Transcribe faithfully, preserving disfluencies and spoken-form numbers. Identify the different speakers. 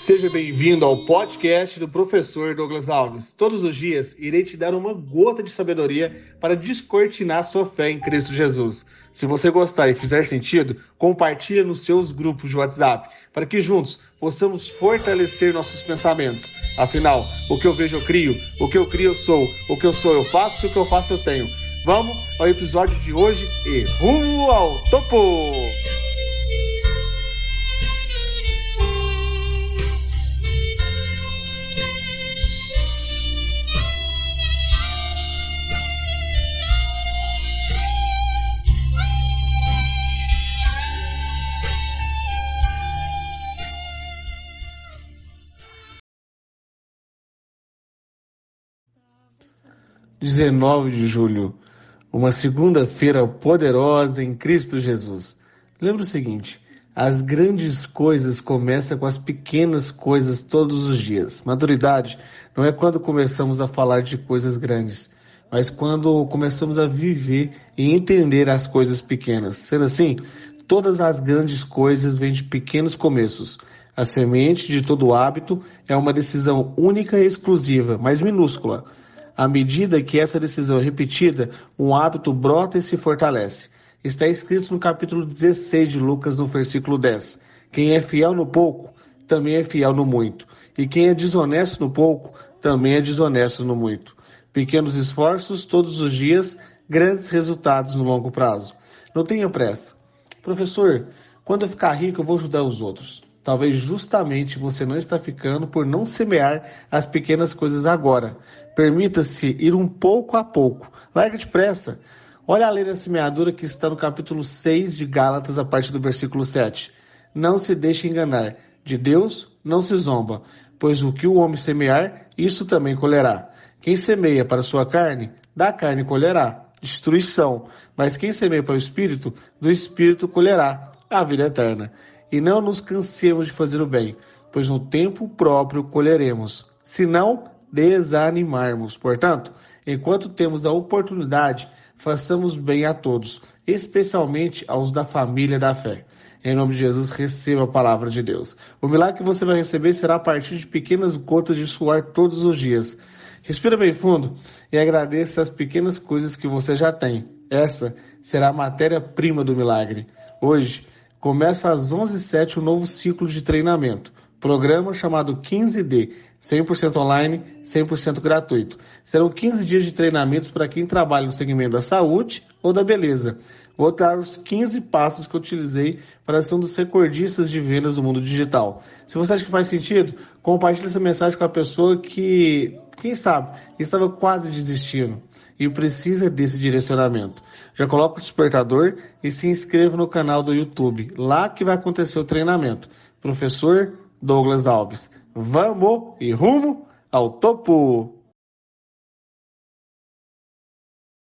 Speaker 1: Seja bem-vindo ao podcast do professor Douglas Alves. Todos os dias irei te dar uma gota de sabedoria para descortinar sua fé em Cristo Jesus. Se você gostar e fizer sentido, compartilhe nos seus grupos de WhatsApp, para que juntos possamos fortalecer nossos pensamentos. Afinal, o que eu vejo eu crio, o que eu crio eu sou, o que eu sou eu faço, o que eu faço eu tenho. Vamos ao episódio de hoje e rumo ao topo! dezenove de julho, uma segunda-feira poderosa em Cristo Jesus. Lembra o seguinte, as grandes coisas começam com as pequenas coisas todos os dias. Maturidade não é quando começamos a falar de coisas grandes, mas quando começamos a viver e entender as coisas pequenas. Sendo assim, todas as grandes coisas vêm de pequenos começos. A semente de todo hábito é uma decisão única e exclusiva, mas minúscula. À medida que essa decisão é repetida, um hábito brota e se fortalece. Está escrito no capítulo dezesseis de Lucas, no versículo dez. Quem é fiel no pouco, também é fiel no muito. E quem é desonesto no pouco, também é desonesto no muito. Pequenos esforços todos os dias, grandes resultados no longo prazo. Não tenha pressa. Professor, quando eu ficar rico eu vou ajudar os outros. Talvez justamente você não está ficando por não semear as pequenas coisas agora. Permita-se ir um pouco a pouco. Larga depressa. Olha a lei da semeadura que está no capítulo seis de Gálatas, a partir do versículo sete. Não se deixe enganar. De Deus não se zomba, pois o que o homem semear, isso também colherá. Quem semeia para a sua carne, da carne colherá destruição. Mas quem semeia para o Espírito, do Espírito colherá a vida eterna. E não nos cansemos de fazer o bem, pois no tempo próprio colheremos. Se não desanimarmos. Portanto, enquanto temos a oportunidade, façamos bem a todos, especialmente aos da família da fé. Em nome de Jesus, receba a palavra de Deus. O milagre que você vai receber será a partir de pequenas gotas de suor todos os dias. Respira bem fundo e agradeça as pequenas coisas que você já tem. Essa será a matéria-prima do milagre. Hoje, começa às onze e sete um novo ciclo de treinamento. Programa chamado quinze D, cem por cento online, cem por cento gratuito. Serão quinze dias de treinamentos para quem trabalha no segmento da saúde ou da beleza. Vou dar os quinze passos que eu utilizei para ser um dos recordistas de vendas do mundo digital. Se você acha que faz sentido, compartilhe essa mensagem com a pessoa que, quem sabe, estava quase desistindo e precisa desse direcionamento. Já coloca o despertador e se inscreva no canal do YouTube. Lá que vai acontecer o treinamento. Professor Douglas Alves. Vamos e rumo ao topo!